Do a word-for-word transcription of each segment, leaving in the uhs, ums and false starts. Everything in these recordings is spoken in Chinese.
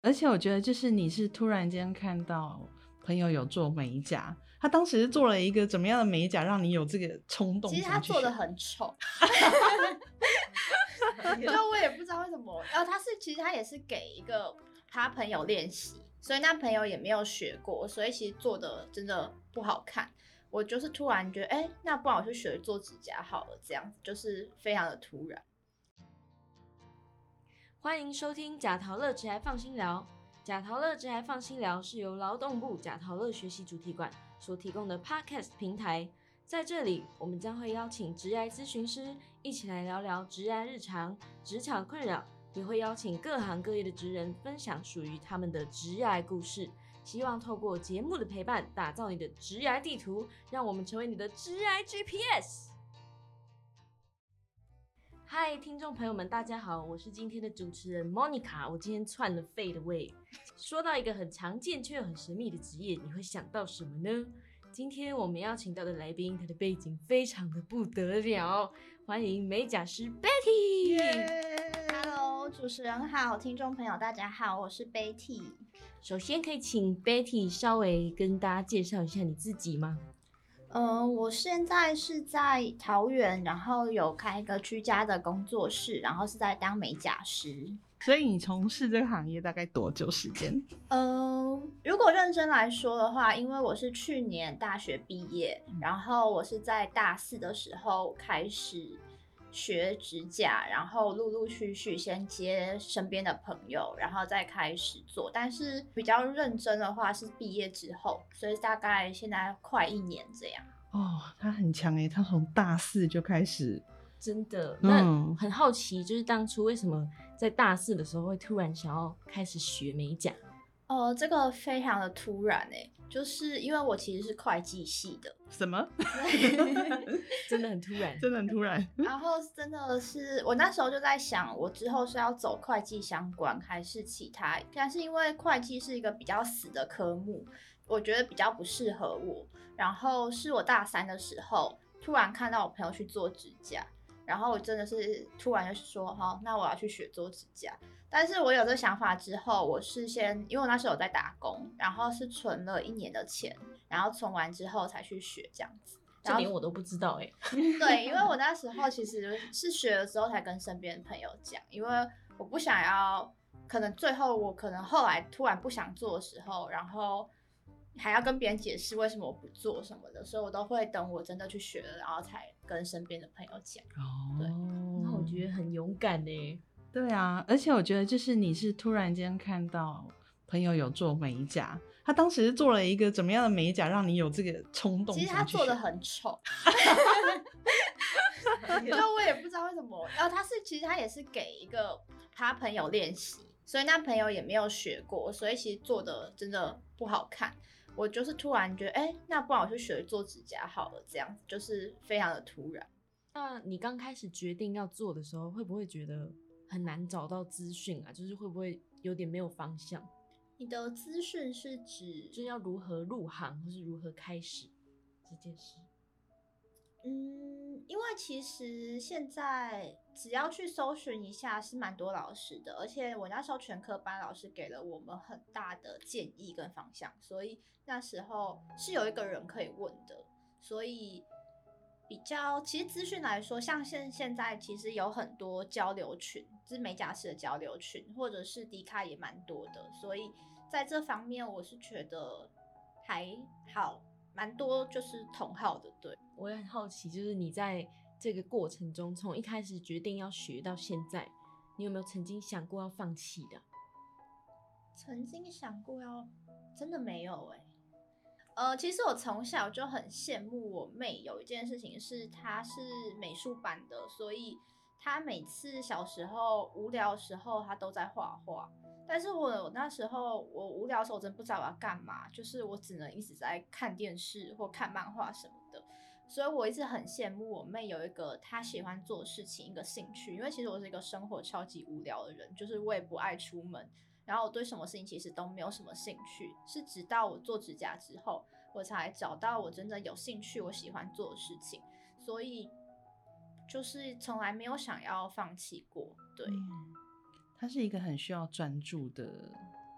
而且我觉得就是你是突然间看到朋友有做美甲，他当时做了一个怎么样的美甲让你有这个冲动？ 其实他做的很丑就我也不知道为什么，然后他是其实他也是给一个他朋友练习，所以那朋友也没有学过，所以其实做的真的不好看。我就是突然觉得，哎、欸，那不然我去学做指甲好了，这样子就是非常的突然。 欢迎收听假陶乐职涯放心聊。假陶乐职涯放心聊是由劳动部假陶乐学习主题馆所提供的 Podcast 平台。在这里，我们将会邀请职涯咨询师一起来聊聊职涯日常、职场困扰，也会邀请各行各业的职人分享属于他们的职涯故事。希望透过节目的陪伴，打造你的职涯地图，让我们成为你的职涯 G P S。嗨，听众朋友们，大家好，我是今天的主持人 Monica。我今天串了 fade away。说到一个很常见却又很神秘的职业，你会想到什么呢？今天我们邀请到的来宾，他的背景非常的不得了，欢迎美甲师 Betty。Hello， 主持人好，听众朋友大家好，我是 Betty。 首先可以请 Betty 稍微跟大家介绍一下你自己吗？ 呃，我现在是在桃园，然后有开一个居家的工作室，然后是在当美甲师。 所以你从事这个行业大概多久时间？ 呃，如果认真来说的话，因为我是去年大学毕业，然后我是在大四的时候开始学指甲，然后陆陆续续先接身边的朋友，然后再开始做。但是比较认真的话是毕业之后，所以大概现在快一年这样。 哦，他很强耶，他从大四就开始。 真的，那很好奇，就是当初为什么在大四的时候会突然想要开始学美甲？ 哦、呃，这个非常的突然哎，就是因为我其实是会计系的。 什么？ 真的很突然， 真的很突然。 然后真的是我那时候就在想，我之后是要走会计相关还是其他？但是因为会计是一个比较死的科目，我觉得比较不适合我。然后是我大三的时候，突然看到我朋友去做指甲。然后我真的是突然就说，好，那我要去学做指甲。但是我有这个想法之后，我是先，因为我那时候有在打工，然后是存了一年的钱，然后存完之后才去学这样子。 这点我都不知道哎、 欸。对，因为我那时候其实是学了之后才跟身边的朋友讲，因为我不想要，可能最后我可能后来突然不想做的时候，然后还要跟别人解释为什么我不做什么的，所以我都会等我真的去学了，然后才跟身边的朋友讲。 哦， 对， 那我觉得很勇敢耶。 对啊，而且我觉得就是你是突然间看到朋友有做美甲，他当时做了一个怎么样的美甲让你有这个冲动？ 其实他做的很丑，就我也不知道为什么。然后他是其实他也是给一个他朋友练习，所以那朋友也没有学过，所以其实做的真的不好看。我就是突然觉得，哎、欸，那不然我去学做指甲好了，这样子就是非常的突然。 那你刚开始决定要做的时候，会不会觉得很难找到资讯啊？就是会不会有点没有方向？ 你的资讯是指就是要如何入行，或是如何开始这件事？ 嗯，因为其实现在只要去搜寻一下是蛮多老师的，而且我那时候全科班老师给了我们很大的建议跟方向，所以那时候是有一个人可以问的，所以比较其实资讯来说，像现现在其实有很多交流群，就是美甲师的交流群，或者是迪卡也蛮多的，所以在这方面我是觉得还好。蛮多就是同好的，对。 我也很好奇，就是你在这个过程中，从一开始决定要学到现在，你有没有曾经想过要放弃的？ 曾经想过要，真的没有哎、欸。呃，其实我从小就很羡慕我妹，有一件事情是她是美术班的，所以她每次小时候无聊的时候，她都在画画。但是我那时候我无聊的时候，我真不知道我要干嘛，就是我只能一直在看电视或看漫画什么的，所以我一直很羡慕我妹有一个她喜欢做的事情，一个兴趣。因为其实我是一个生活超级无聊的人，就是我也不爱出门，然后我对什么事情其实都没有什么兴趣，是直到我做指甲之后，我才找到我真的有兴趣我喜欢做的事情，所以就是从来没有想要放弃过。对。 嗯，它是一个很需要专注的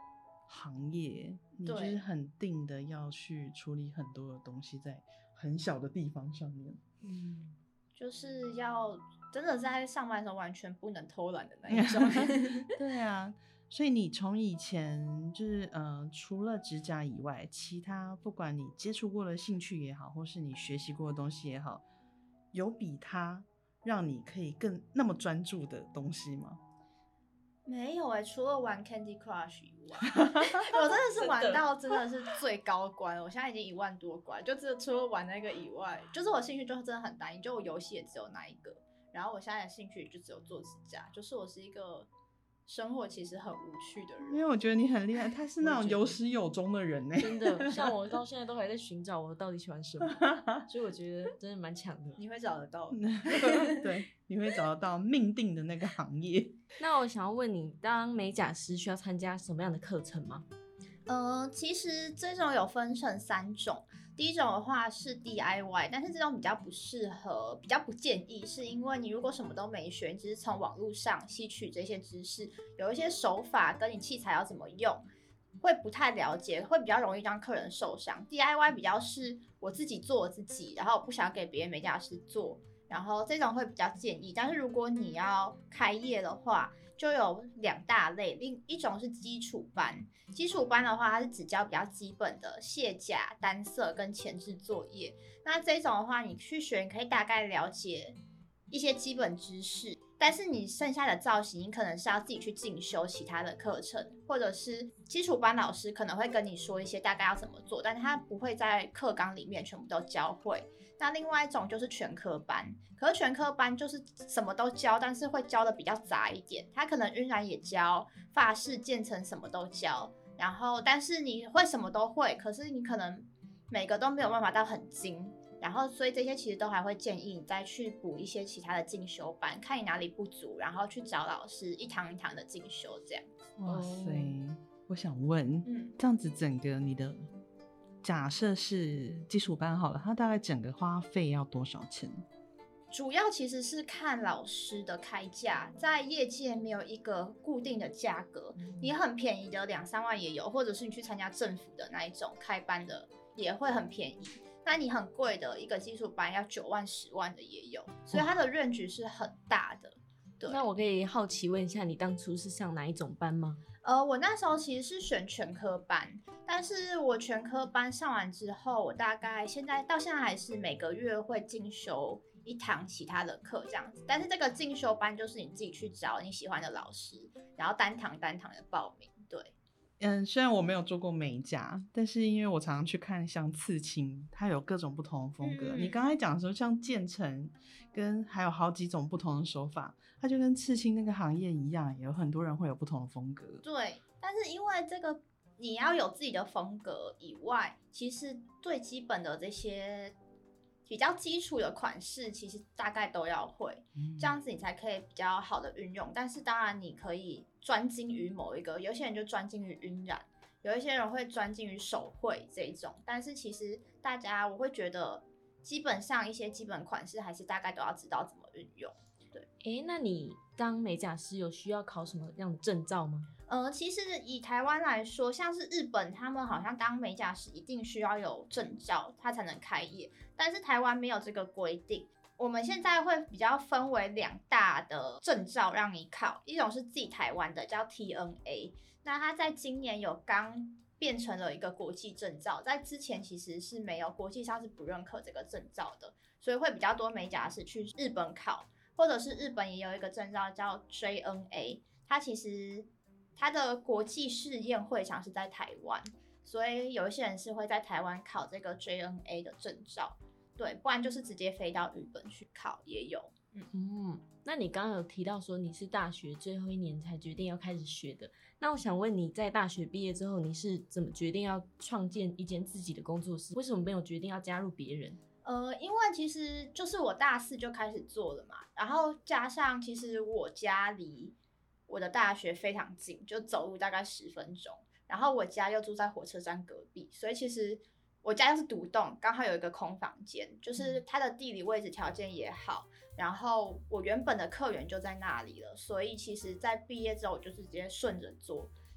行业，你就对是很定的要去处理很多的东西在很小的地方上面。 嗯， 就是要真的在上班的时候完全不能偷懒的那一种。 对啊，所以你从以前就是呃，除了指甲以外，其他不管你接触过的兴趣也好，或是你学习过的东西也好，有比它让你可以更那么专注的东西吗？ 没有哎、欸，除了玩 Candy Crush 以外，我真的是玩到真的是最高关，我现在已经一万多关，就只除了玩那个以外，就是我兴趣就真的很单一，就我游戏也只有那一个，然后我现在的兴趣就只有做指甲，就是我是一个生活其实很无趣的人。 因为我觉得你很厉害，他是那种我也觉得有始有终的人呢。 真的，像我到现在都还在寻找我到底喜欢什么，所以我觉得真的蛮强的。 你会找得到的。 对，你会找得到命定的那个行业。 那我想要问你，当美甲师需要参加什么样的课程吗？ 呃，其实这种有分成三种。第一种的话是 D I Y， 但是这种比较不适合，比较不建议，是因为你如果什么都没学，你只是从网络上吸取这些知识，有一些手法跟你器材要怎么用，会不太了解，会比较容易让客人受伤。D I Y 比较是我自己做我自己，然后我不想给别人美甲师做，然后这种会比较建议。但是如果你要开业的话，就有两大类，另一种是基础班。基础班的话，它是只教比较基本的卸甲、单色跟前置作业。那这种的话，你去学，你可以大概了解一些基本知识，但是你剩下的造型，你可能是要自己去进修其他的课程，或者是基础班老师可能会跟你说一些大概要怎么做，但是他不会在课纲里面全部都教会。那另外一种就是全科班，可是全科班就是什么都教，但是会教的比较杂一点，他可能晕染也教，发饰、渐层什么都教，然后但是你会什么都会，可是你可能每个都没有办法到很精。然后，所以这些其实都还会建议你再去补一些其他的进修班，看你哪里不足，然后去找老师一堂一堂的进修这样子。 哇塞，我想问， 嗯， 这样子整个你的假设是基础班好了，它大概整个花费要多少钱？ 主要其实是看老师的开价，在业界没有一个固定的价格，你很便宜的两三万也有，或者是你去参加政府的那一种开班的也会很便宜。那你很贵的一个基础班要九万、十万的也有，所以它的range是很大的。对， 那我可以好奇问一下，你当初是上哪一种班吗？ 呃，我那时候其实是选全科班，但是我全科班上完之后，我大概现在到现在还是每个月会进修一堂其他的课这样子。但是这个进修班就是你自己去找你喜欢的老师，然后单堂单堂的报名。对。 嗯，虽然我没有做过美甲，但是因为我常常去看像刺青，它有各种不同的风格。 嗯、 你刚才讲说像渐层，跟还有好几种不同的手法，它就跟刺青那个行业一样，有很多人会有不同的风格。 对，但是因为这个你要有自己的风格以外，其实最基本的这些比较基础的款式，其实大概都要会， 嗯、 这样子你才可以比较好的运用。但是当然你可以专精于某一个，有些人就专精于晕染，有一些人会专精于手绘这一种。但是其实大家我会觉得，基本上一些基本款式还是大概都要知道怎么运用。对， 诶，那你当美甲师有需要考什么样的证照吗？ 呃，其实以台湾来说，像是日本，他们好像当美甲师一定需要有证照，他才能开业。但是台湾没有这个规定。我们现在会比较分为两大的证照让你考，一种是自己台湾的叫 T N A， 那它在今年有刚变成了一个国际证照，在之前其实是没有，国际上是不认可这个证照的，所以会比较多美甲师去日本考，或者是日本也有一个证照叫 J N A， 它其实它的国际试验会场是在台湾，所以有一些人是会在台湾考这个 J N A 的证照，对，不然就是直接飞到日本去考也有。嗯, 嗯，那你刚刚有提到说你是大学最后一年才决定要开始学的，那我想问你在大学毕业之后，你是怎么决定要创建一间自己的工作室？为什么没有决定要加入别人？ 呃，因为其实就是我大四就开始做了嘛，然后加上其实我家离我的大学非常近，就走路大概十分钟，然后我家又住在火车站隔壁，所以其实我家又是独栋，刚好有一个空房间，就是它的地理位置条件也好，然后我原本的客源就在那里了，所以其实在毕业之后我就是直接顺着做，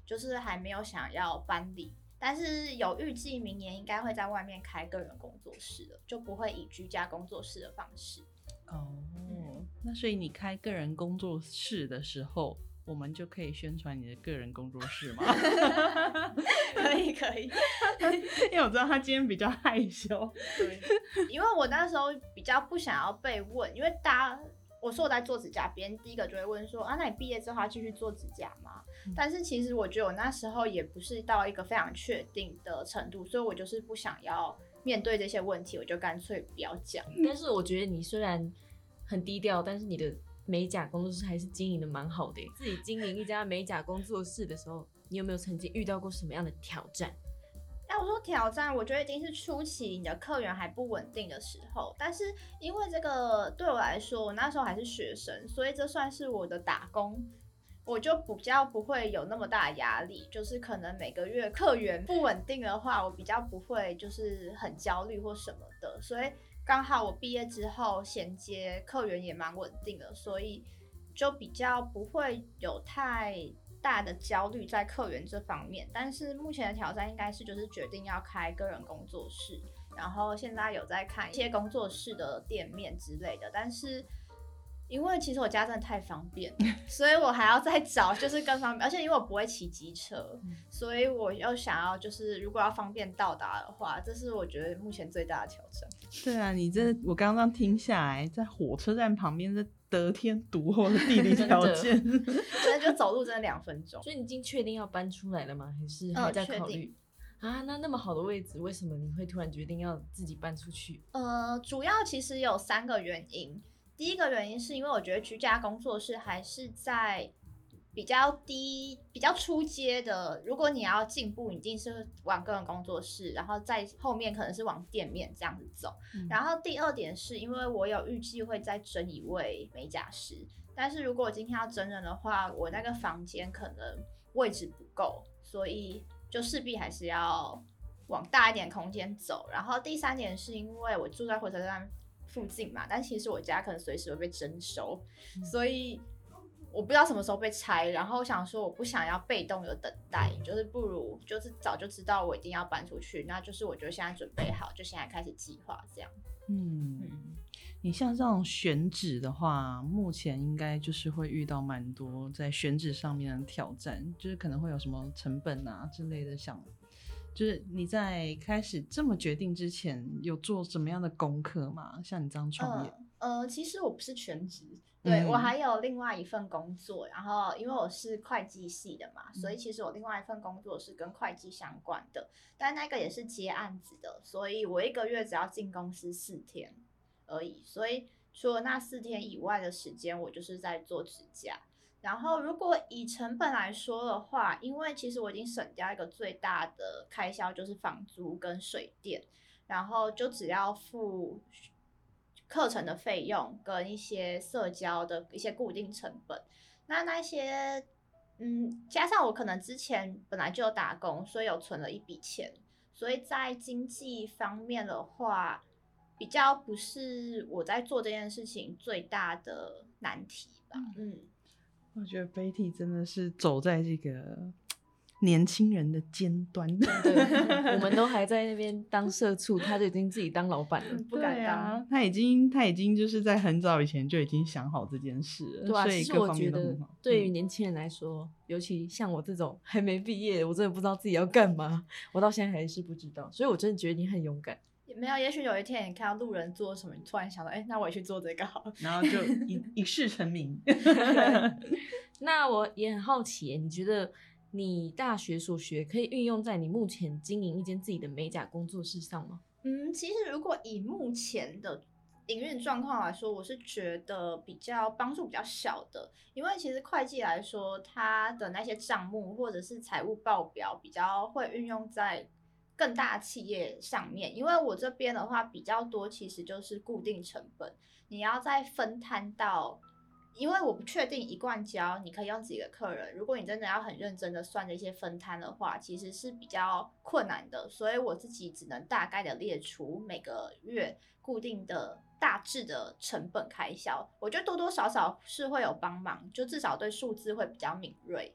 就是还没有想要搬离，但是有预计明年应该会在外面开个人工作室了，就不会以居家工作室的方式。 哦，那所以你开个人工作室的时候，我们就可以宣传你的个人工作室吗？ 可以可以， 因为我知道他今天比较害羞。 对，因为我那时候比较不想要被问，因为大家我说我在做指甲，别人第一个就会问说啊，那你毕业之后要继续做指甲吗？嗯、但是其实我觉得我那时候也不是到一个非常确定的程度，所以我就是不想要面对这些问题，我就干脆不要讲。 但是我觉得你虽然很低调，但是你的美甲工作室还是经营的蛮好的耶。自己经营一家美甲工作室的时候，你有没有曾经遇到过什么样的挑战？ 要我说挑战，我觉得一定是初期你的客源还不稳定的时候。但是因为这个对我来说，我那时候还是学生，所以这算是我的打工，我就比较不会有那么大的压力。就是可能每个月客源不稳定的话，我比较不会就是很焦虑或什么的。所以刚好我毕业之后衔接客源也蛮稳定的，所以就比较不会有太大的焦虑在客源这方面。但是目前的挑战应该是就是决定要开个人工作室，然后现在有在看一些工作室的店面之类的，但是因为其实我家真的太方便，所以我还要再找就是更方便，而且因为我不会骑机车，所以我又想要就是如果要方便到达的话，这是我觉得目前最大的挑战。 对啊，你这我刚刚听下来，在火车站旁边，这得天独厚的地理条件， 真的就走路真的两分钟。 所以你已经确定要搬出来了吗？还是还在考虑？嗯、啊，那那么好的位置，为什么你会突然决定要自己搬出去？ 呃，主要其实有三个原因。第一个原因是因为我觉得居家工作室还是在比较低、比较初阶的。如果你要进步，你一定是往个人工作室，然后在后面可能是往店面这样子走。嗯、然后第二点是因为我有预计会再征一位美甲师，但是如果我今天要征人的话，我那个房间可能位置不够，所以就势必还是要往大一点空间走。然后第三点是因为我住在火车站附近嘛，但其实我家可能随时会被征收，嗯、所以我不知道什么时候被拆，然后想说我不想要被动的等待，就是不如就是早就知道我一定要搬出去，那就是我觉得现在准备好，就现在开始计划这样。 嗯，嗯你像这种选址的话，目前应该就是会遇到蛮多在选址上面的挑战，就是可能会有什么成本啊之类的想。就是你在开始这么决定之前，有做什么样的功课吗？像你这样创业， 呃，呃，其实我不是全职，对、嗯、我还有另外一份工作。然后因为我是会计系的嘛，嗯、所以其实我另外一份工作是跟会计相关的，但那个也是接案子的，所以我一个月只要进公司四天而已。所以除了那四天以外的时间，我就是在做指甲。然后如果以成本来说的话，因为其实我已经省掉一个最大的开销，就是房租跟水电，然后就只要付课程的费用跟一些社交的一些固定成本。那那些嗯，加上我可能之前本来就有打工，所以有存了一笔钱，所以在经济方面的话，比较不是我在做这件事情最大的难题吧。嗯。嗯我觉得 Betty 真的是走在这个年轻人的尖端， 对，我们都还在那边当社畜，他就已经自己当老板了， 不敢当。 啊、他已经他已经就是在很早以前就已经想好这件事了， 对啊， 所以各方面都很好。 其实我觉得对于年轻人来说，嗯、尤其像我这种还没毕业，我真的不知道自己要干嘛，我到现在还是不知道，所以我真的觉得你很勇敢。 没有，也许有一天你看到路人做什么，你突然想到，哎、欸，那我也去做这个好了， 然后就一一世成名。 那我也很好奇，你觉得你大学所学可以运用在你目前经营一间自己的美甲工作室上吗？ 嗯，其实如果以目前的营运状况来说，我是觉得比较帮助比较小的，因为其实会计来说，它的那些账目或者是财务报表比较会运用在更大企业上面，因为我这边的话比较多，其实就是固定成本，你要再分摊到，因为我不确定一贯教你可以用几个客人，如果你真的要很认真的算这些分摊的话，其实是比较困难的，所以我自己只能大概的列出每个月固定的大致的成本开销，我觉得多多少少是会有帮忙，就至少对数字会比较敏锐。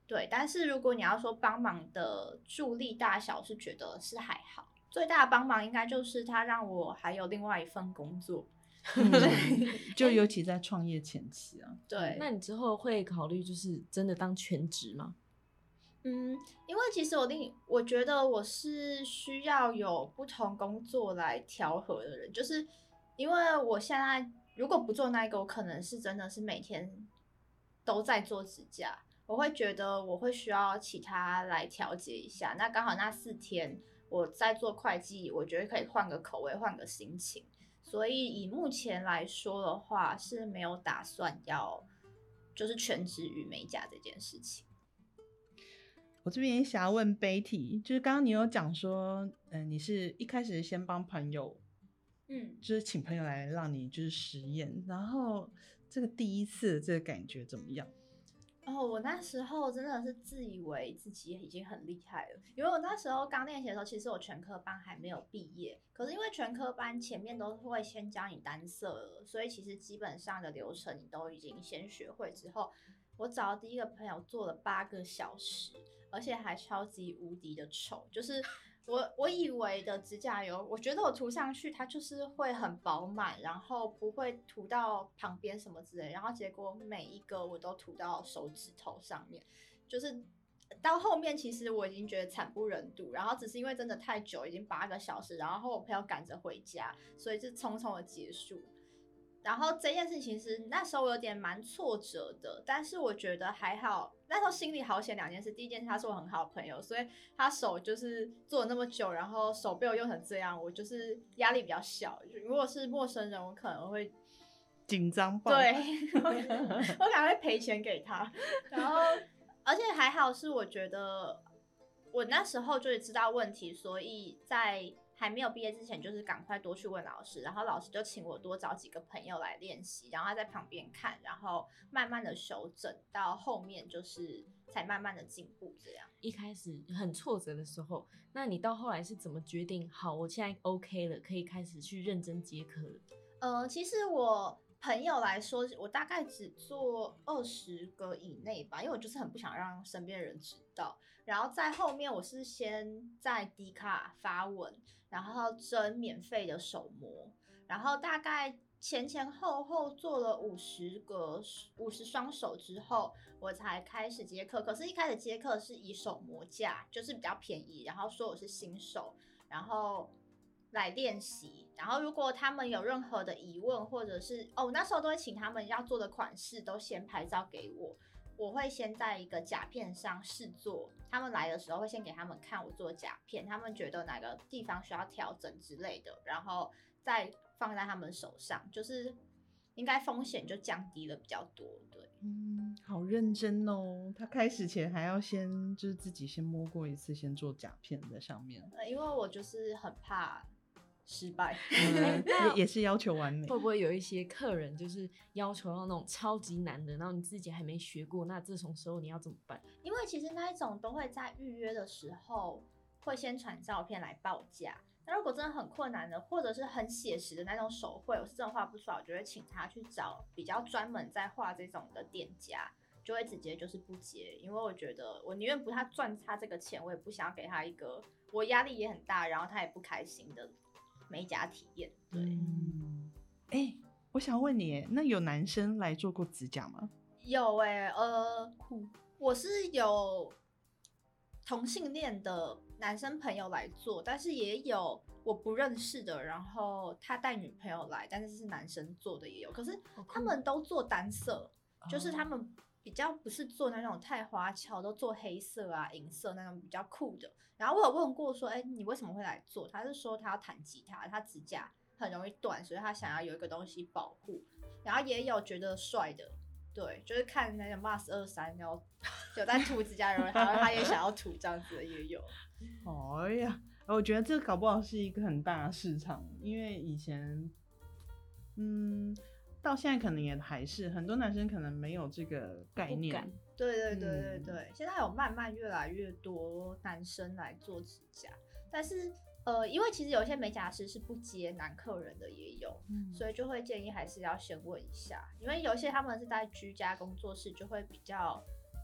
对，但是如果你要说帮忙的助力大小，是觉得是还好。最大的帮忙应该就是他让我还有另外一份工作。 嗯，就尤其在创业前期啊。 对， 那你之后会考虑就是真的当全职吗？ 嗯，因为其实我另我觉得我是需要有不同工作来调和的人，就是因为我现在如果不做那个，我可能是真的是每天都在做指甲，我会觉得我会需要其他来调节一下。那刚好那四天我在做会计，我觉得可以换个口味，换个心情。所以以目前来说的话，是没有打算要就是全职于美甲这件事情。 我这边也想要问 Betty， 就是刚刚你有讲说，嗯、呃，你是一开始先帮朋友， 嗯， 就是请朋友来让你就是实验，然后这个第一次这个感觉怎么样？ 哦，我那时候真的是自以为自己已经很厉害了，因为我那时候刚练习的时候，其实我全科班还没有毕业，可是因为全科班前面都会先教你单色了，所以其实基本上的流程你都已经先学会之后，我找到第一个朋友做了八个小时，而且还超级无敌的丑，就是我我以为的指甲油，我觉得我涂上去它就是会很饱满，然后不会涂到旁边什么之类，然后结果每一个我都涂到手指头上面，就是到后面其实我已经觉得惨不忍睹，然后只是因为真的太久，已经八个小时，然后我朋友赶着回家，所以就匆匆的结束。然后这件事情其实那时候我有点蛮挫折的，但是我觉得还好，那时候心里好险两件事。第一件事，他是我很好的朋友，所以他手就是做了那么久，然后手被我用成这样，我就是压力比较小。如果是陌生人，我可能会紧张爆。 对，我可能会赔钱给他。然后，而且还好是我觉得我那时候就知道问题，所以在还没有毕业之前，就是赶快多去问老师，然后老师就请我多找几个朋友来练习，然后他在旁边看，然后慢慢的修正，到后面就是才慢慢的进步这样。 一开始很挫折的时候，那你到后来是怎么决定好我现在 OK 了，可以开始去认真接课了？ 呃，其实我朋友来说，我大概只做二十个以内吧，因为我就是很不想让身边的人知道。然后在后面，我是先在 D 卡发文，然后征免费的手模，然后大概前前后后做了五十个五十双手之后，我才开始接课。可是，一开始接课是以手模价，就是比较便宜，然后说我是新手，然后来练习。然后如果他们有任何的疑问，或者是哦，那时候都会请他们要做的款式都先拍照给我。我会先在一个甲片上试做，他们来的时候会先给他们看我做的甲片，他们觉得哪个地方需要调整之类的，然后再放在他们手上，就是应该风险就降低了比较多。对， 嗯，好认真哦。他开始前还要先就是自己先摸过一次，先做甲片在上面。 呃、因为我就是很怕失败， 嗯、也也是要求完美。 会不会有一些客人就是要求到那种超级难的，然后你自己还没学过，那这种时候你要怎么办？ 因为其实那一种都会在预约的时候会先传照片来报价。那如果真的很困难的，或者是很写实的那种手绘，我是真的画不出来，我就会请他去找比较专门在画这种的店家，就会直接就是不接，因为我觉得我宁愿不他赚他这个钱，我也不想要给他一个我压力也很大，然后他也不开心的美甲体验。对， 嗯，哎、欸，我想问你，那有男生来做过指甲吗？ 有哎、欸，呃，我是有同性恋的男生朋友来做，但是也有我不认识的，然后他带女朋友来，但是是男生做的也有，可是他们都做单色，就是他们比较不是做那种太花俏，都做黑色啊、银色那种比较酷的。然后我有问过说，哎、欸，你为什么会来做？他是说他要弹吉他，他指甲很容易断，所以他想要有一个东西保护。然后也有觉得帅的。对，就是看那个 Mars 二三，然后有在涂指甲油，然后他也想要涂这样子的也有。 哎呀，我觉得这搞不好是一个很大的市场，因为以前，嗯，到现在可能也还是很多男生可能没有这个概念。 对对对对对，嗯、现在有慢慢越来越多男生来做指甲，但是。呃，因为其实有一些美甲师是不接男客人的也有，嗯、所以就会建议还是要先问一下，因为有一些他们是在居家工作室，就会比较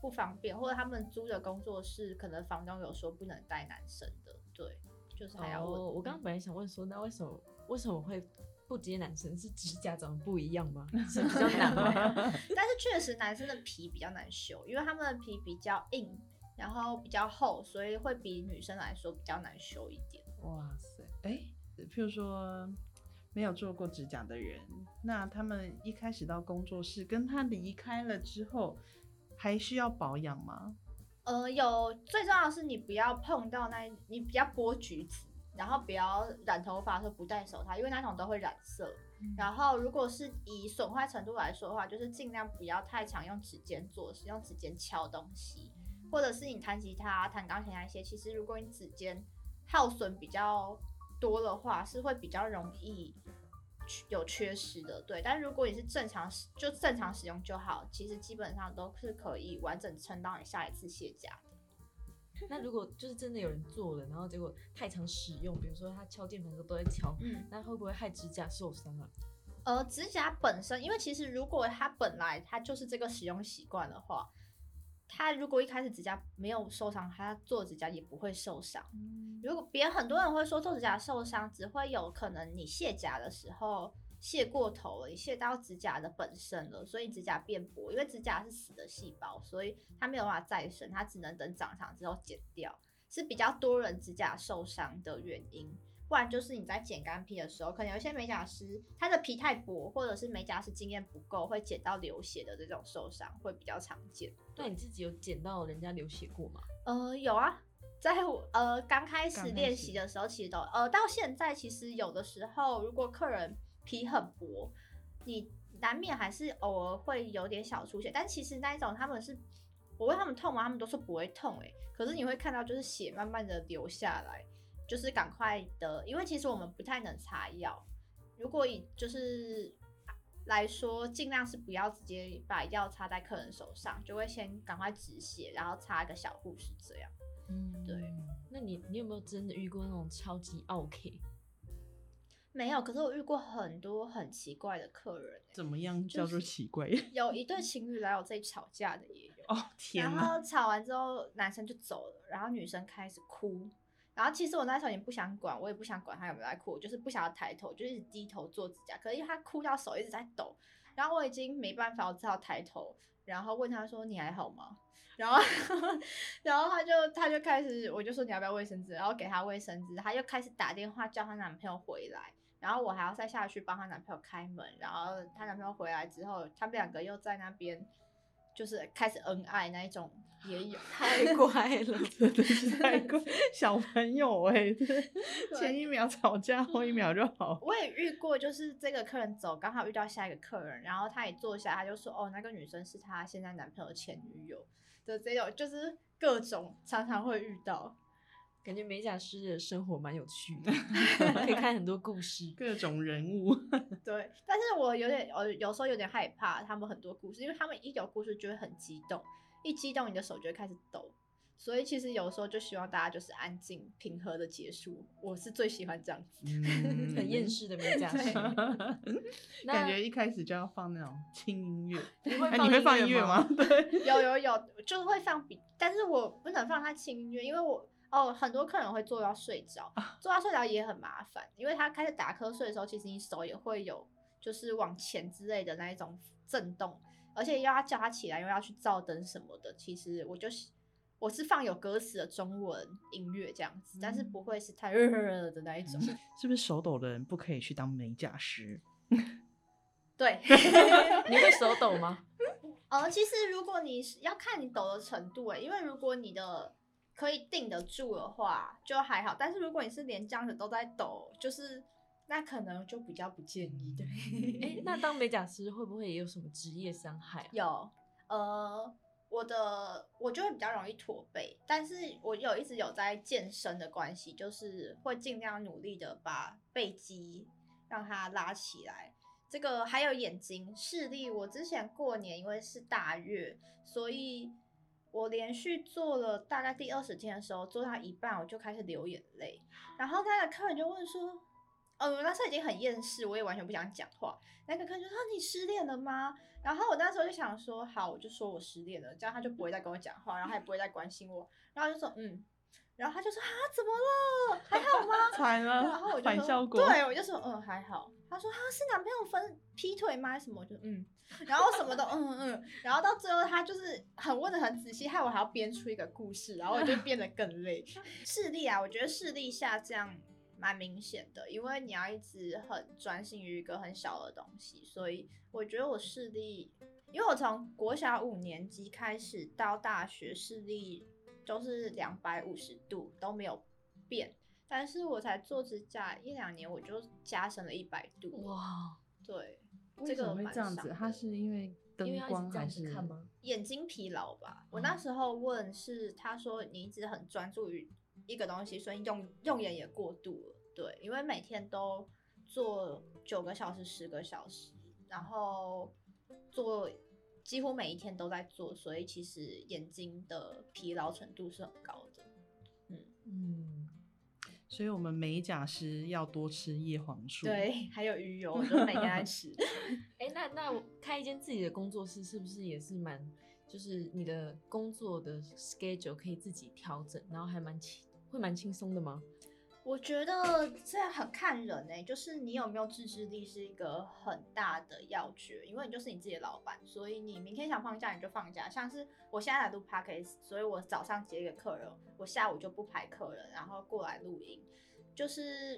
不方便，或者他们租的工作室可能房东有说不能带男生的，对，就是还要问。 哦，我刚刚本来想问说，那为什么为什么会不接男生？是指甲长得不一样吗？是比较难吗？ 但是确实男生的皮比较难修，因为他们的皮比较硬，然后比较厚，所以会比女生来说比较难修一点。 哇塞，哎，譬如说没有做过指甲的人，那他们一开始到工作室，跟他离开了之后，还需要保养吗？ 呃，有最重要的是你不要碰到那，你不要剥橘子，然后不要染头发的时候不戴手套，因为那种都会染色。嗯、然后如果是以损坏程度来说的话，就是尽量不要太常用指尖做事，用指尖敲东西，或者是你弹吉他、弹钢琴那些，其实如果你指尖耗损比较多的话，是会比较容易有缺失的，对。但如果你是正常就正常使用就好，其实基本上都是可以完整撑到你下一次卸甲的。 那如果就是真的有人做了，然后结果太常使用，比如说他敲键盘的时候都在敲，嗯，那会不会害指甲受伤啊？ 呃，指甲本身，因为其实如果他本来他就是这个使用习惯的话，他如果一开始指甲没有受伤，他做指甲也不会受伤。嗯、如果别人很多人会说做指甲受伤，只会有可能你卸甲的时候卸过头了，你卸到指甲的本身了，所以指甲变薄。因为指甲是死的细胞，所以它没有办法再生，它只能等长长之后剪掉，是比较多人指甲受伤的原因。不然就是你在剪干皮的时候，可能有一些美甲师他的皮太薄，或者是美甲师经验不够，会剪到流血的这种受伤会比较常见。 那你自己有剪到人家流血过吗？ 呃，有啊，在我呃刚开始练习的时候，其实都呃到现在，其实有的时候如果客人皮很薄，你难免还是偶尔会有点小出血，但其实那一种他们是我问他们痛吗？他们都说不会痛哎、欸，可是你会看到就是血慢慢的流下来。就是赶快的，因为其实我们不太能擦药。如果以就是来说，尽量是不要直接把药擦在客人手上，就会先赶快止血，然后擦一个小护士这样。嗯，对。 那你你有没有真的遇过那种超级 OK？ 没有，可是我遇过很多很奇怪的客人、欸。 怎么样叫做奇怪？ 就是、有一对情侣来我这里吵架的也有。 哦天哪！ 然后吵完之后，男生就走了，然后女生开始哭。然后其实我那时候也不想管，我也不想管他有没有在哭，我就是不想要抬头，就一直低头做指甲。可是因为他哭到手一直在抖，然后我已经没办法，我只好抬头，然后问他说：“你还好吗？”然后，然后他就他就开始，我就说你要不要卫生纸，然后给他卫生纸，他又开始打电话叫她男朋友回来，然后我还要再下去帮她男朋友开门，然后她男朋友回来之后，他们两个又在那边就是开始恩爱那一种。也有太乖了， 真的是太乖，小朋友哎、欸，前一秒吵架，后一秒就好。 我也遇过，就是这个客人走，刚好遇到下一个客人，然后他也坐下，他就说：“哦，那个女生是他现在男朋友的前女友的这种，就是各种常常会遇到。” 感觉美甲师的生活蛮有趣的，可以看很多故事， 各种人物。 对，但是我有点，我有时候有点害怕他们很多故事，因为他们一有故事就会很激动。一激动，你的手就会开始抖，所以其实有时候就希望大家就是安静、平和的结束。我是最喜欢这样子， 嗯、 很厌世的美甲师。 感觉一开始就要放那种轻音乐， 你会放音乐、啊、你会放音乐吗？对， 有有有，就是会放比，但是我不能放太轻音乐，因为我哦，很多客人会做到睡着，做到睡着也很麻烦，因为他开始打瞌睡的时候，其实你手也会有就是往前之类的那一种震动。而且要他叫他起来，又要去照灯什么的。其实我就是我是放有歌词的中文音乐这样子，嗯、但是不会是太热热的那一种。 是不是手抖的人不可以去当美甲师？ 对， 你会手抖吗？ 呃，其实如果你要看你抖的程度哎，因为如果你的可以定得住的话，就还好。但是如果你是连这样子都在抖，就是。那可能就比较不建议，对。 欸、那当美甲师会不会也有什么职业伤害、啊？ 有，呃，我的我就会比较容易驼背，但是我有一直有在健身的关系，就是会尽量努力的把背肌让它拉起来。这个还有眼睛视力，我之前过年因为是大月，所以我连续做了大概第二十天的时候，做到一半我就开始流眼泪，然后那个客人就问说。 呃，我那时候已经很厌世，我也完全不想讲话。那个客人就说：“你失恋了吗？”然后我那时候就想说：“好，我就说我失恋了，这样他就不会再跟我讲话，然后他也不会再关心我。”然后就说：“嗯。”然后他就说：“啊，怎么了？还好吗？” 惨了， 然后我就说：“ 反效果。 对，我就说嗯还好。”他说：“啊，是男朋友分劈腿吗？什么？”我就嗯，然后什么都嗯嗯，然后到最后他就是很问的很仔细，害我还要编出一个故事，然后我就变得更累。视力啊，我觉得视力下降蛮明显的，因为你要一直很专心于一个很小的东西，所以我觉得我视力，因为我从国小五年级开始到大学视力都是两百五十度都没有变，但是我才做指甲一两年我就加深了一百度。 哇， 对， 为什么会这样子？ 这个蛮伤的它是因为灯因为他一直这样光还是子看吗？ 眼睛疲劳吧。我那时候问是，他说你一直很专注于一个东西，所以用用眼也过度了。对，因为每天都做九个小时、十个小时，然后做几乎每一天都在做，所以其实眼睛的疲劳程度是很高的。嗯嗯， 所以我们美甲师要多吃叶黄素。 对，还有鱼油，我就每天在吃。 哎、那那我开一间自己的工作室，是不是也是蛮，就是你的工作的 schedule 可以自己调整，然后还蛮轻，会蛮轻松的吗？ 我觉得这很看人欸，就是你有没有自制力是一个很大的要诀，因为你就是你自己的老板，所以你明天想放假你就放假。像是我现在来录 podcast， 所以我早上接一个客人，我下午就不排客人，然后过来录音。就是，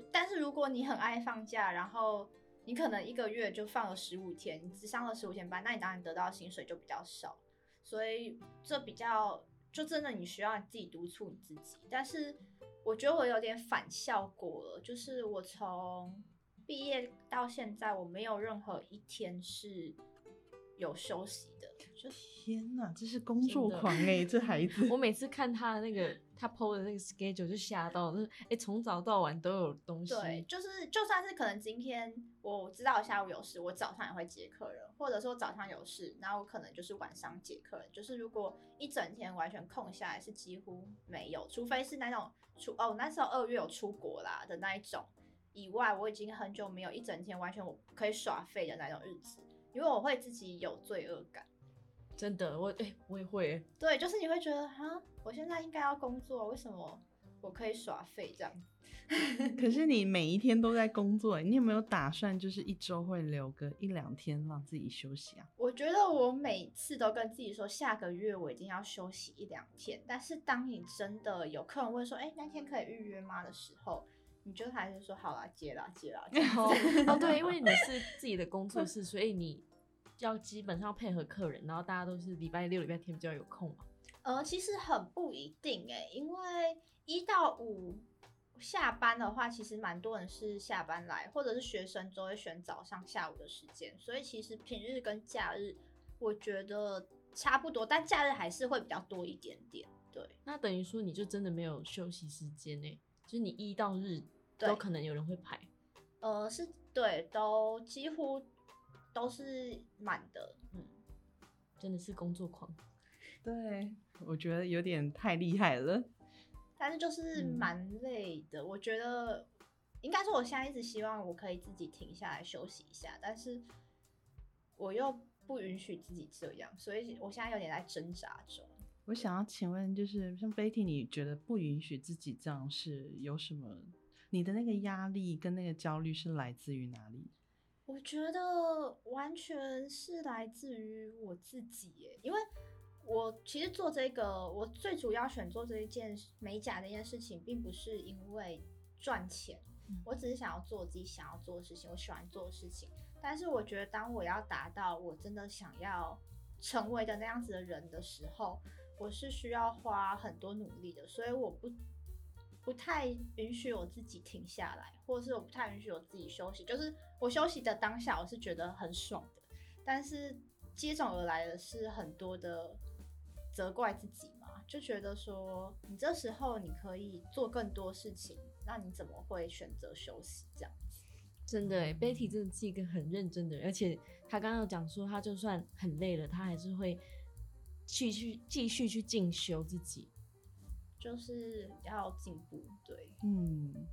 但是如果你很爱放假，然后你可能一个月就放了十五天，你只上了十五天班，那你当然得到的薪水就比较少，所以这比较就真的你需要你自己督促你自己，但是。我觉得我有点反效果了，就是我从毕业到现在，我没有任何一天是有休息的。就天哪，这是工作狂哎、欸，这孩子。 我每次看他的那个他 P O 的那个 schedule 就吓到，就是哎，从早到晚都有东西。 对，就是就算是可能今天我知道我下午有事，我早上也会接客人，或者说早上有事，然后我可能就是晚上接客人。就是如果一整天完全空下来，是几乎没有，除非是那种出哦那时候二月有出国啦的那一种以外，我已经很久没有一整天完全我可以耍废的那种日子，因为我会自己有罪恶感。 真的，我哎、欸，我也会、欸。 对，就是你会觉得哈，我现在应该要工作，为什么我可以耍废这样？ 可是你每一天都在工作，你有没有打算就是一周会留个一两天让自己休息啊？ 我觉得我每次都跟自己说，下个月我一定要休息一两天。但是当你真的有客人问说，哎、欸，那天可以预约吗的时候，你就还是说好啦，接啦，接啦。 哦哦，对，因为你是自己的工作室，所以你要基本上配合客人，然后大家都是礼拜六、礼拜天比较有空嘛。 呃，其实很不一定哎、欸，因为一到五下班的话，其实蛮多人是下班来，或者是学生都会选早上、下午的时间，所以其实平日跟假日我觉得差不多，但假日还是会比较多一点点。对， 那等于说你就真的没有休息时间呢、欸，就是你一到日都可能有人会排。 呃，是对，都几乎都是满的，嗯， 真的是工作狂。 对，我觉得有点太厉害了。 但是就是蛮累的、嗯、我觉得应该说我现在一直希望我可以自己停下来休息一下，但是我又不允许自己这样，所以我现在有点在挣扎中。 我想要请问，就是像 Betty， 你觉得不允许自己这样是有什么？你的那个压力跟那个焦虑是来自于哪里？ 我觉得完全是来自于我自己耶，因为我其实做这个，我最主要选做这一件美甲这件事情，并不是因为赚钱，嗯、我只是想要做我自己想要做的事情，我喜欢做的事情。但是我觉得，当我要达到我真的想要成为的那样子的人的时候，我是需要花很多努力的，所以我不不太允许我自己停下来，或者是我不太允许我自己休息。就是我休息的当下，我是觉得很爽的，但是接踵而来的是很多的责怪自己嘛，就觉得说你这时候你可以做更多事情，那你怎么会选择休息这样子？ 真的耶 Betty 真的是一个很认真的人，而且他刚刚有讲说，他就算很累了，他还是会继续继续去进修自己， 就是要进步。对， 嗯，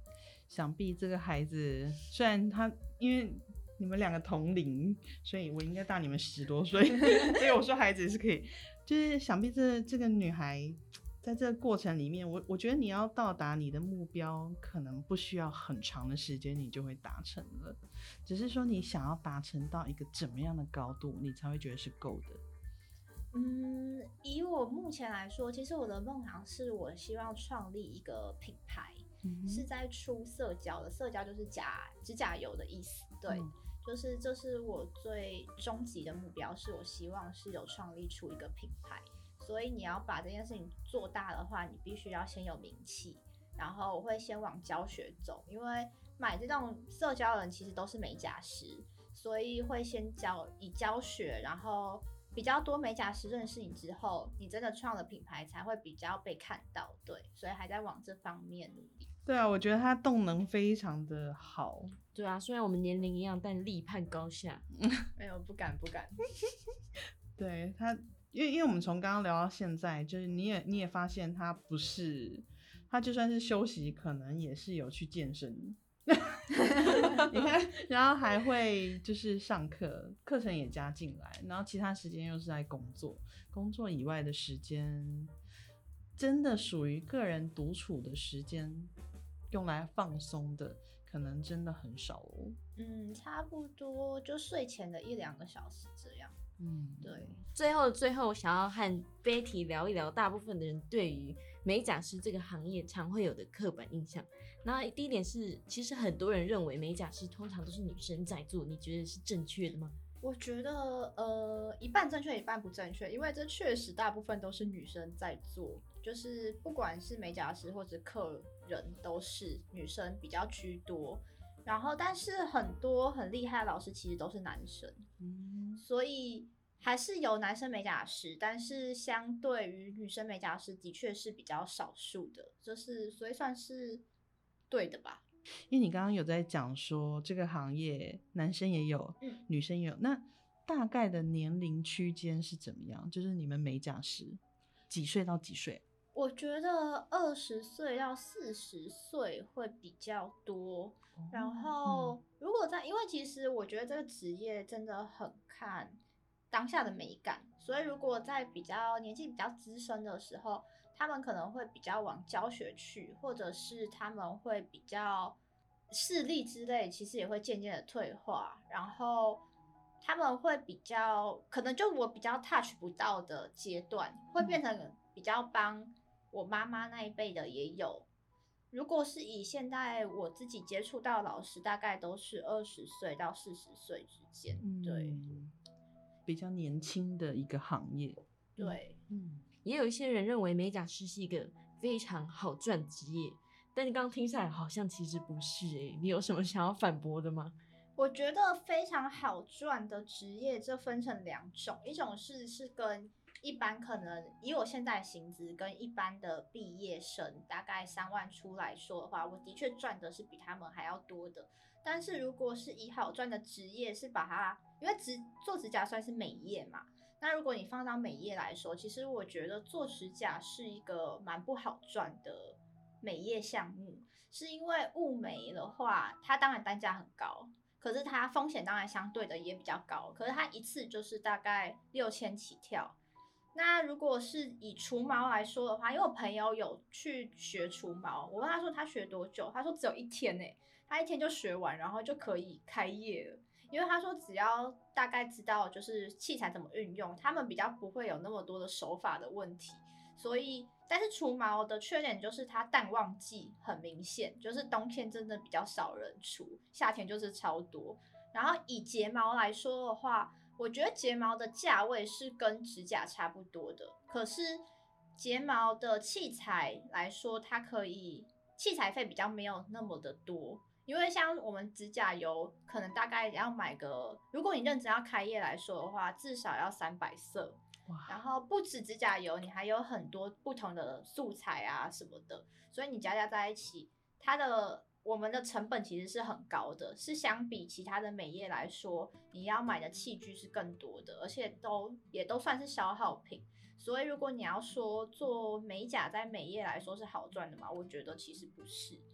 想必这个孩子虽然他因为你们两个同龄，所以我应该大你们十多岁，所以我说孩子是可以，就是想必这这个女孩在这个过程里面，我我觉得你要到达你的目标，可能不需要很长的时间，你就会达成了，只是说你想要达成到一个怎么样的高度，你才会觉得是够的。 嗯，以我目前来说，其实我的梦想是我希望创立一个品牌， 嗯、 是在出色胶的，色胶就是甲指甲油的意思，对，嗯、就是这是我最终极的目标，是我希望是有创立出一个品牌。所以你要把这件事情做大的话，你必须要先有名气，然后我会先往教学走，因为买这种色胶的人其实都是美甲师，所以会先教以教学，然后比较多美甲师认识你之后，你真的创了品牌才会比较被看到，对，所以还在往这方面努力。 对啊，我觉得他动能非常的好。 对啊，虽然我们年龄一样，但力判高下。 没有，不敢不敢。 对他。因为因为我们从刚刚聊到现在，就是你也你也发现他不是，他就算是休息，可能也是有去健身，你看，然后还会就是上课，课程也加进来，然后其他时间又是在工作，工作以外的时间，真的属于个人独处的时间，用来放松的，可能真的很少哦。 嗯，差不多就睡前的一两个小时这样。 嗯， 对。 最后最后，想要和 Betty 聊一聊大部分的人对于美甲师这个行业常会有的刻板印象。那第一点是，其实很多人认为美甲师通常都是女生在做，你觉得是正确的吗？ 我觉得呃一半正确一半不正确，因为这确实大部分都是女生在做，就是不管是美甲师或者客人都是女生比较居多。然后，但是很多很厉害的老师其实都是男生，嗯，所以还是有男生美甲师，但是相对于女生美甲师的确是比较少数的，就是所以算是对的吧。 因为你刚刚有在讲说这个行业男生也有，嗯，女生也有，那大概的年龄区间是怎么样？就是你们美甲师几岁到几岁？ 我觉得二十岁到四十岁会比较多。然后，如果在，因为其实我觉得这个职业真的很看当下的美感，所以如果在比较年纪比较资深的时候，他们可能会比较往教学去，或者是他们会比较视力之类，其实也会渐渐的退化，然后他们会比较可能就我比较 touch 不到的阶段，会变成比较帮我妈妈那一辈的也有。如果是以现在我自己接触到的老师，大概都是二十岁到四十岁之间，对、嗯， 比较年轻的一个行业。 对， 嗯，也有一些人认为美甲师是一个非常好赚职业，但你刚刚听下来好像其实不是诶、欸，你有什么想要反驳的吗？ 我觉得非常好赚的职业，这分成两种，一种是是跟一般可能以我现在的薪资跟一般的毕业生大概三万出来说的话，我的确赚的是比他们还要多的。但是如果是以好赚的职业，是把它因为指做指甲算是美业嘛，那如果你放到美业来说，其实我觉得做指甲是一个蛮不好赚的美业项目，是因为雾眉的话，它当然单价很高。可是它风险当然相对的也比较高，可是它一次就是大概六千起跳。那如果是以除毛来说的话，因为我朋友有去学除毛，我问他说他学多久，他说只有一天欸，他一天就学完，然后就可以开业了。因为他说只要大概知道就是器材怎么运用，他们比较不会有那么多的手法的问题。所以，但是除毛的缺点就是它淡旺季很明显，就是冬天真的比较少人除，夏天就是超多。然后以睫毛来说的话，我觉得睫毛的价位是跟指甲差不多的，可是睫毛的器材来说，它可以器材费比较没有那么的多，因为像我们指甲油可能大概要买个，如果你认真要开业来说的话，至少要三百色。然后不止指甲油，你还有很多不同的素材啊什么的，所以你加加在一起，它的我们的成本其实是很高的，是相比其他的美业来说，你要买的器具是更多的，而且都也都算是消耗品。所以如果你要说做美甲在美业来说是好赚的嘛，我觉得其实不是。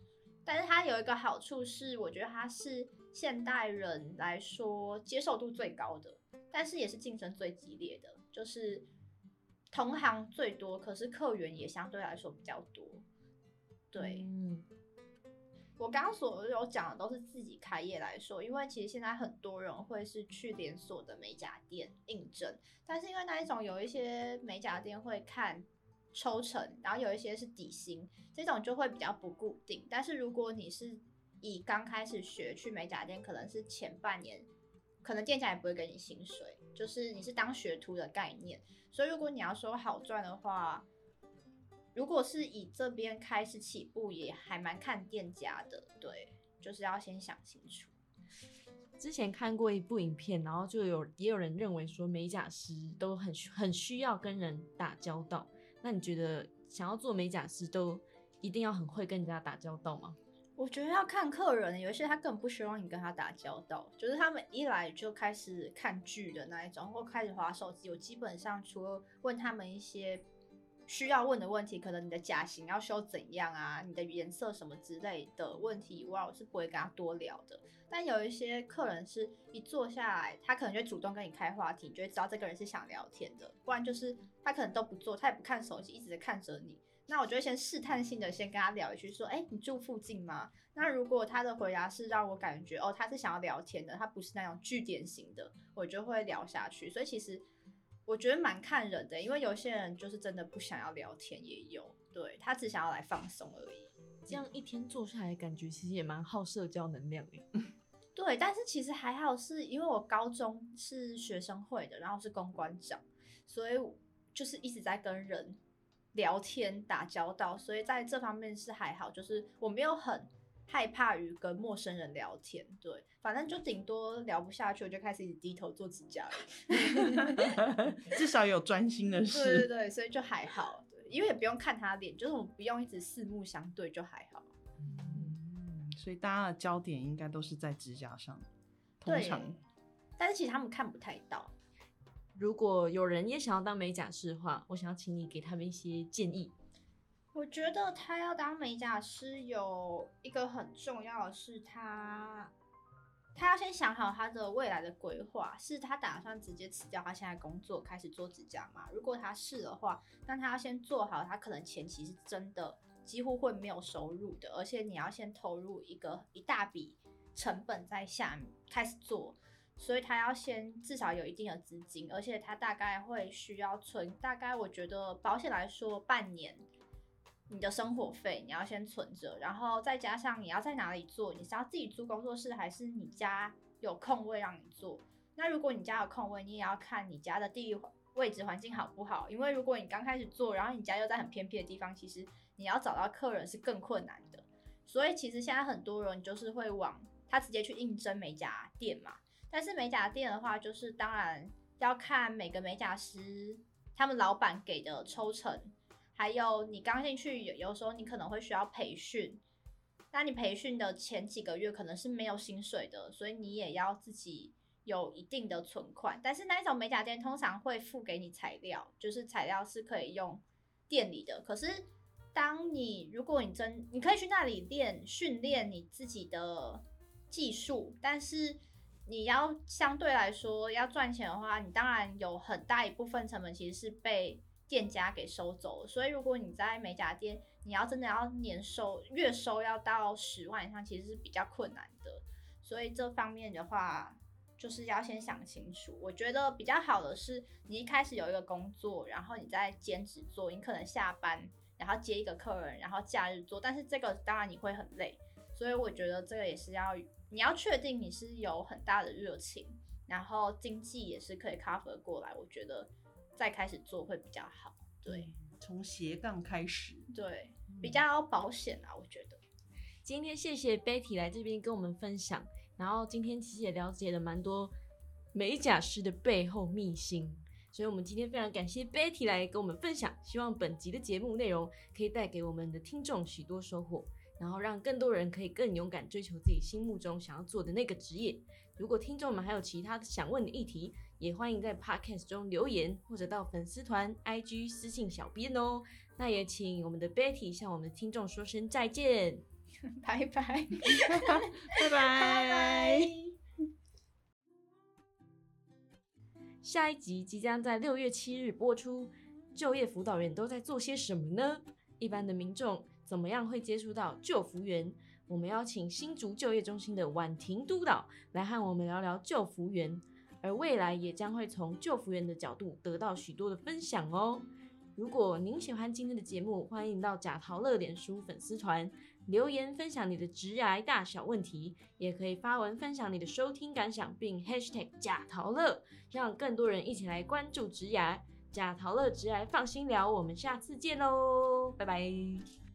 但是它有一个好处是，我觉得它是现代人来说接受度最高的，但是也是竞争最激烈的，就是同行最多，可是客源也相对来说比较多。对，嗯，我刚刚所有讲的都是自己开业来说，因为其实现在很多人会是去连锁的美甲店应征，但是因为那一种有一些美甲店会看抽成，然后有一些是底薪，这种就会比较不固定。但是如果你是以刚开始学去美甲店，可能是前半年，可能店家也不会给你薪水，就是你是当学徒的概念。所以如果你要说好赚的话，如果是以这边开始起步，也还蛮看店家的，对，就是要先想清楚。 之前看过一部影片，然后就有也有人认为说美甲师都很很需要跟人打交道。那你觉得想要做美甲师都一定要很会跟人家打交道吗？ 我觉得要看客人，有一些他根本不希望你跟他打交道，就是他们一来就开始看剧的那一种，或开始滑手机。我基本上除了问他们一些需要问的问题，可能你的甲型要修怎样啊，你的颜色什么之类的问题以外，我是不会跟他多聊的。但有一些客人是一坐下来，他可能就主动跟你开话题，你就会知道这个人是想聊天的，不然就是他可能都不做，他也不看手机，一直在看着你。那我就会先试探性的先跟他聊一句，说，哎、欸，你住附近吗？那如果他的回答是让我感觉，哦，他是想要聊天的，他不是那种句点型的，我就会聊下去。所以其实我觉得蛮看人的，因为有些人就是真的不想要聊天，也有，对，他只想要来放松而已。 这样一天做下来，感觉其实也蛮耗社交能量的。 对，但是其实还好，是因为我高中是学生会的，然后是公关长，所以就是一直在跟人聊天打交道，所以在这方面是还好，就是我没有很害怕于跟陌生人聊天，对，反正就顶多聊不下去，我就开始一直低头做指甲了。 至少有专心的事。 对对对，所以就还好，对，因为也不用看他脸，就是我们不用一直四目相对，就还好。 嗯，所以大家的焦点应该都是在指甲上，通常。 但是其实他们看不太到。 如果有人也想要当美甲师的话，我想要请你给他们一些建议。 我觉得他要当美甲师有一个很重要的是他，他要先想好他的未来的规划，是他打算直接辞掉他现在工作开始做指甲吗？如果他是的话，那他要先做好，他可能前期是真的几乎会没有收入的，而且你要先投入一个一大笔成本在下面开始做。所以他要先至少有一定的资金，而且他大概会需要存，大概我觉得保险来说半年，你的生活费你要先存着，然后再加上你要在哪里做，你是要自己租工作室还是你家有空位让你做？那如果你家有空位，你也要看你家的地理位置环境好不好，因为如果你刚开始做，然后你家又在很偏僻的地方，其实你要找到客人是更困难的。所以其实现在很多人就是会往他直接去应征美甲店嘛。但是美甲店的话，就是当然要看每个美甲师他们老板给的抽成，还有你刚进去有有时候你可能会需要培训，那你培训的前几个月可能是没有薪水的，所以你也要自己有一定的存款。但是那一种美甲店通常会付给你材料，就是材料是可以用店里的。可是当你如果你真你可以去那里练训练你自己的技术，但是你要相对来说要赚钱的话，你当然有很大一部分成本其实是被店家给收走了。所以如果你在美甲店，你要真的要年收月收要到十万以上，其实是比较困难的。所以这方面的话，就是要先想清楚。我觉得比较好的是，你一开始有一个工作，然后你在兼职做，你可能下班然后接一个客人，然后假日做，但是这个当然你会很累。所以我觉得这个也是要，你要确定你是有很大的热情，然后经济也是可以 cover 过来，我觉得再开始做会比较好。对， 从斜杠开始， 对，比较保险啊，我觉得。 今天谢谢 Betty 来这边跟我们分享，然后今天其实也了解了蛮多美甲师的背后秘辛，所以我们今天非常感谢 Betty 来跟我们分享，希望本集的节目内容可以带给我们的听众许多收获，然后让更多人可以更勇敢追求自己心目中想要做的那个职业。如果听众们还有其他想问的议题，也欢迎在 Podcast 中留言，或者到粉丝团 I G 私信小编哦。那也请我们的 Betty 向我们的听众说声再见。 拜拜， 拜拜。 下一集即将在六月七日播出，就业辅导员都在做些什么呢？一般的民众怎么样会接触到就服员？我们邀请新竹就业中心的婉婷督导来和我们聊聊就服员，而未来也将会从就服员的角度得到许多的分享哦。如果您喜欢今天的节目，欢迎到贾陶乐脸书粉丝团留言分享你的职涯大小问题，也可以发文分享你的收听感想，并 hashtag 贾陶乐，让更多人一起来关注职涯。贾陶乐职涯放心聊，我们下次见喽，拜拜。